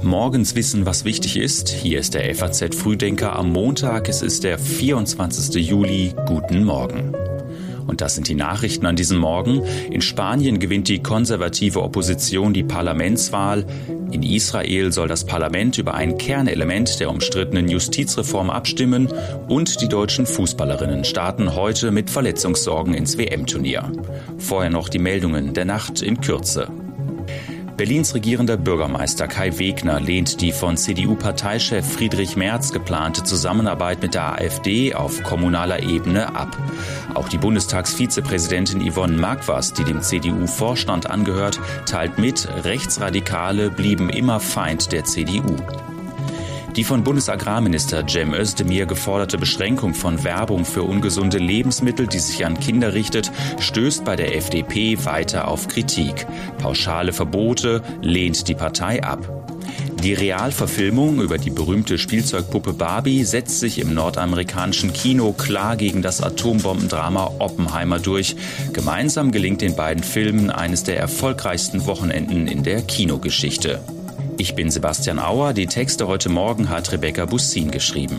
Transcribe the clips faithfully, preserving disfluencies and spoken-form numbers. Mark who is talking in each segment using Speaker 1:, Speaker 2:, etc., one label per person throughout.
Speaker 1: Morgens wissen, was wichtig ist. Hier ist der F A Z-Frühdenker am Montag. Es ist der vierundzwanzigsten Juli. Guten Morgen. Und das sind die Nachrichten an diesem Morgen. In Spanien gewinnt die konservative Opposition die Parlamentswahl. In Israel soll das Parlament über ein Kernelement der umstrittenen Justizreform abstimmen. Und die deutschen Fußballerinnen starten heute mit Verletzungssorgen ins W M-Turnier. Vorher noch die Meldungen der Nacht in Kürze. Berlins regierender Bürgermeister Kai Wegner lehnt die von C D U-Parteichef Friedrich Merz geplante Zusammenarbeit mit der AfD auf kommunaler Ebene ab. Auch die Bundestagsvizepräsidentin Yvonne Marquardt, die dem C D U-Vorstand angehört, teilt mit, Rechtsradikale blieben immer Feind der C D U. Die von Bundesagrarminister Cem Özdemir geforderte Beschränkung von Werbung für ungesunde Lebensmittel, die sich an Kinder richtet, stößt bei der F D P weiter auf Kritik. Pauschale Verbote lehnt die Partei ab. Die Realverfilmung über die berühmte Spielzeugpuppe Barbie setzt sich im nordamerikanischen Kino klar gegen das Atombombendrama Oppenheimer durch. Gemeinsam gelingt den beiden Filmen eines der erfolgreichsten Wochenenden in der Kinogeschichte. Ich bin Sebastian Auer. Die Texte heute Morgen hat Rebecca Bussin geschrieben.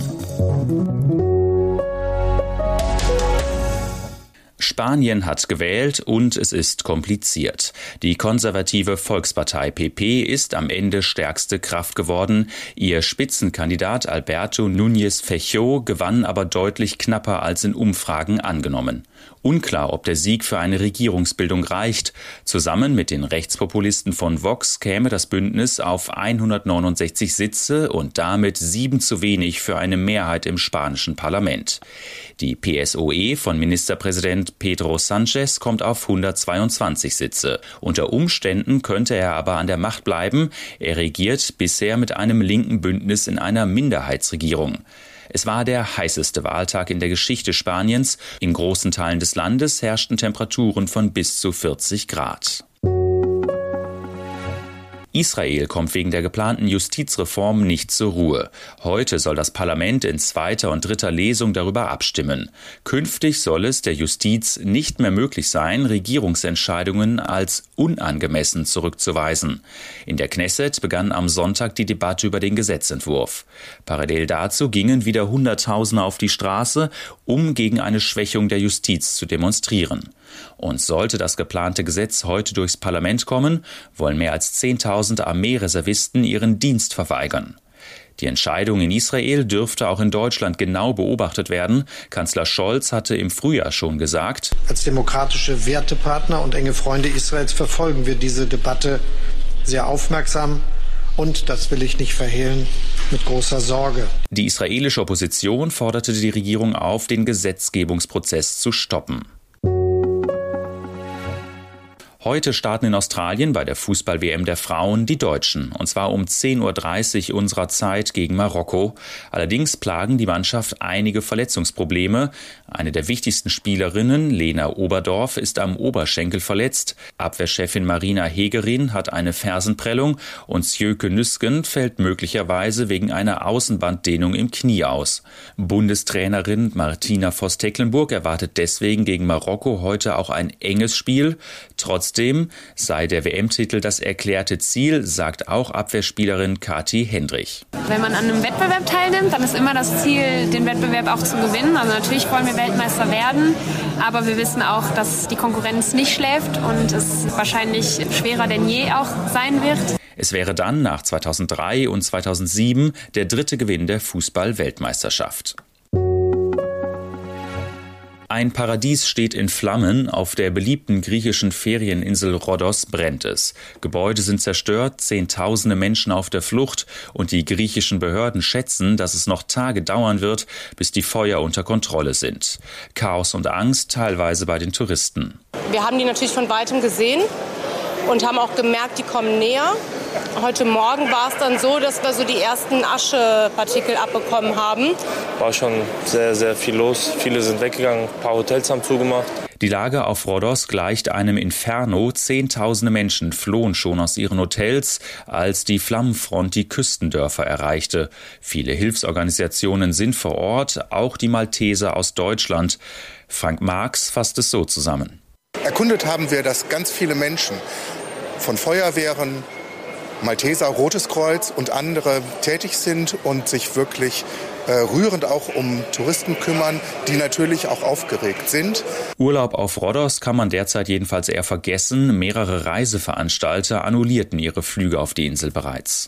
Speaker 1: Spanien hat gewählt und es ist kompliziert. Die konservative Volkspartei P P ist am Ende stärkste Kraft geworden. Ihr Spitzenkandidat Alberto Núñez Feijóo gewann aber deutlich knapper als in Umfragen angenommen. Unklar, ob der Sieg für eine Regierungsbildung reicht. Zusammen mit den Rechtspopulisten von Vox käme das Bündnis auf hundertneunundsechzig Sitze und damit sieben zu wenig für eine Mehrheit im spanischen Parlament. Die P S O E von Ministerpräsident Pedro Sánchez kommt auf hundertzweiundzwanzig Sitze. Unter Umständen könnte er aber an der Macht bleiben. Er regiert bisher mit einem linken Bündnis in einer Minderheitsregierung. Es war der heißeste Wahltag in der Geschichte Spaniens. In großen Teilen des Landes herrschten Temperaturen von bis zu vierzig Grad. Israel kommt wegen der geplanten Justizreform nicht zur Ruhe. Heute soll das Parlament in zweiter und dritter Lesung darüber abstimmen. Künftig soll es der Justiz nicht mehr möglich sein, Regierungsentscheidungen als unangemessen zurückzuweisen. In der Knesset begann am Sonntag die Debatte über den Gesetzentwurf. Parallel dazu gingen wieder Hunderttausende auf die Straße, um gegen eine Schwächung der Justiz zu demonstrieren. Und sollte das geplante Gesetz heute durchs Parlament kommen, wollen mehr als zehntausend Armeereservisten ihren Dienst verweigern. Die Entscheidung in Israel dürfte auch in Deutschland genau beobachtet werden. Kanzler Scholz hatte im Frühjahr schon gesagt:
Speaker 2: Als demokratische Wertepartner und enge Freunde Israels verfolgen wir diese Debatte sehr aufmerksam und, das will ich nicht verhehlen, mit großer Sorge.
Speaker 1: Die israelische Opposition forderte die Regierung auf, den Gesetzgebungsprozess zu stoppen. Heute starten in Australien bei der Fußball-W M der Frauen die Deutschen. Und zwar um zehn Uhr dreißig unserer Zeit gegen Marokko. Allerdings plagen die Mannschaft einige Verletzungsprobleme. Eine der wichtigsten Spielerinnen, Lena Oberdorf, ist am Oberschenkel verletzt. Abwehrchefin Marina Hegerin hat eine Fersenprellung und Sjöke Nüsken fällt möglicherweise wegen einer Außenbanddehnung im Knie aus. Bundestrainerin Martina Voss-Tecklenburg erwartet deswegen gegen Marokko heute auch ein enges Spiel. Trotzdem sei der W M-Titel das erklärte Ziel, sagt auch Abwehrspielerin Kathi Hendrich.
Speaker 3: Wenn man an einem Wettbewerb teilnimmt, dann ist immer das Ziel, den Wettbewerb auch zu gewinnen. Also natürlich wollen wir Weltmeister werden, aber wir wissen auch, dass die Konkurrenz nicht schläft und es wahrscheinlich schwerer denn je auch sein wird.
Speaker 1: Es wäre dann nach zweitausenddrei und zweitausendsieben der dritte Gewinn der Fußball-Weltmeisterschaft. Ein Paradies steht in Flammen. Auf der beliebten griechischen Ferieninsel Rhodos brennt es. Gebäude sind zerstört, Zehntausende Menschen auf der Flucht und die griechischen Behörden schätzen, dass es noch Tage dauern wird, bis die Feuer unter Kontrolle sind. Chaos und Angst teilweise bei den Touristen.
Speaker 4: Wir haben die natürlich von weitem gesehen und haben auch gemerkt, die kommen näher. Heute Morgen war es dann so, dass wir so die ersten Aschepartikel abbekommen haben.
Speaker 5: War schon sehr, sehr viel los. Viele sind weggegangen, ein paar Hotels haben zugemacht.
Speaker 1: Die Lage auf Rhodos gleicht einem Inferno. Zehntausende Menschen flohen schon aus ihren Hotels, als die Flammenfront die Küstendörfer erreichte. Viele Hilfsorganisationen sind vor Ort, auch die Malteser aus Deutschland. Frank Marx fasst es so zusammen.
Speaker 6: Erkundet haben wir, dass ganz viele Menschen von Feuerwehren, Malteser, Rotes Kreuz und andere tätig sind und sich wirklich äh, rührend auch um Touristen kümmern, die natürlich auch aufgeregt sind.
Speaker 1: Urlaub auf Rhodos kann man derzeit jedenfalls eher vergessen. Mehrere Reiseveranstalter annullierten ihre Flüge auf die Insel bereits.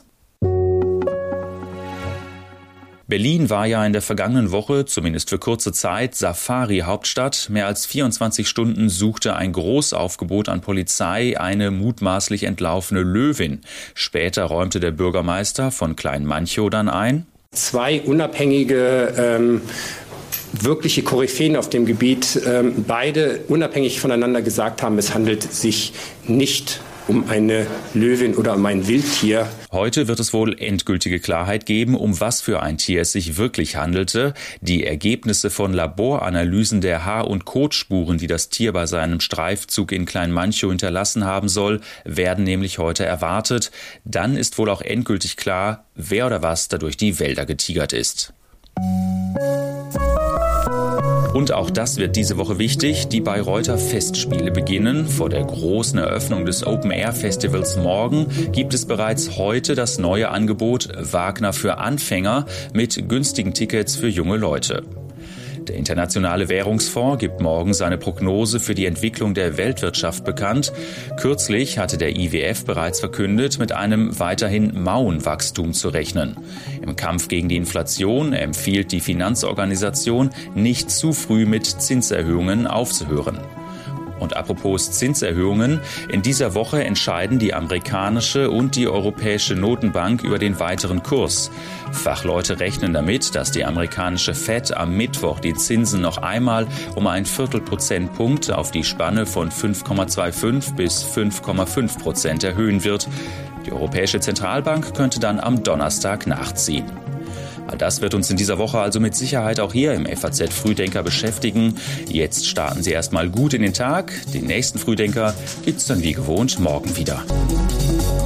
Speaker 1: Berlin war ja in der vergangenen Woche, zumindest für kurze Zeit, Safari-Hauptstadt. Mehr als vierundzwanzig Stunden suchte ein Großaufgebot an Polizei eine mutmaßlich entlaufene Löwin. Später räumte der Bürgermeister von Kleinmanchow dann ein:
Speaker 7: Zwei unabhängige ähm wirkliche Koryphäen auf dem Gebiet, ähm, beide unabhängig voneinander gesagt haben, es handelt sich nicht um eine Löwin oder um ein Wildtier.
Speaker 1: Heute wird es wohl endgültige Klarheit geben, um was für ein Tier es sich wirklich handelte. Die Ergebnisse von Laboranalysen der Haar- und Kotspuren, die das Tier bei seinem Streifzug in Kleinmanchow hinterlassen haben soll, werden nämlich heute erwartet. Dann ist wohl auch endgültig klar, wer oder was da durch die Wälder getigert ist. Und auch das wird diese Woche wichtig. Die Bayreuther Festspiele beginnen. Vor der großen Eröffnung des Open-Air-Festivals morgen gibt es bereits heute das neue Angebot Wagner für Anfänger mit günstigen Tickets für junge Leute. Der Internationale Währungsfonds gibt morgen seine Prognose für die Entwicklung der Weltwirtschaft bekannt. Kürzlich hatte der I W F bereits verkündet, mit einem weiterhin mauen Wachstum zu rechnen. Im Kampf gegen die Inflation empfiehlt die Finanzorganisation, nicht zu früh mit Zinserhöhungen aufzuhören. Und apropos Zinserhöhungen, in dieser Woche entscheiden die amerikanische und die europäische Notenbank über den weiteren Kurs. Fachleute rechnen damit, dass die amerikanische Fed am Mittwoch die Zinsen noch einmal um ein Viertelprozentpunkt auf die Spanne von fünf Komma fünfundzwanzig bis fünf Komma fünf Prozent erhöhen wird. Die Europäische Zentralbank könnte dann am Donnerstag nachziehen. All das wird uns in dieser Woche also mit Sicherheit auch hier im F A Z Frühdenker beschäftigen. Jetzt starten Sie erstmal gut in den Tag. Den nächsten Frühdenker gibt's dann wie gewohnt morgen wieder.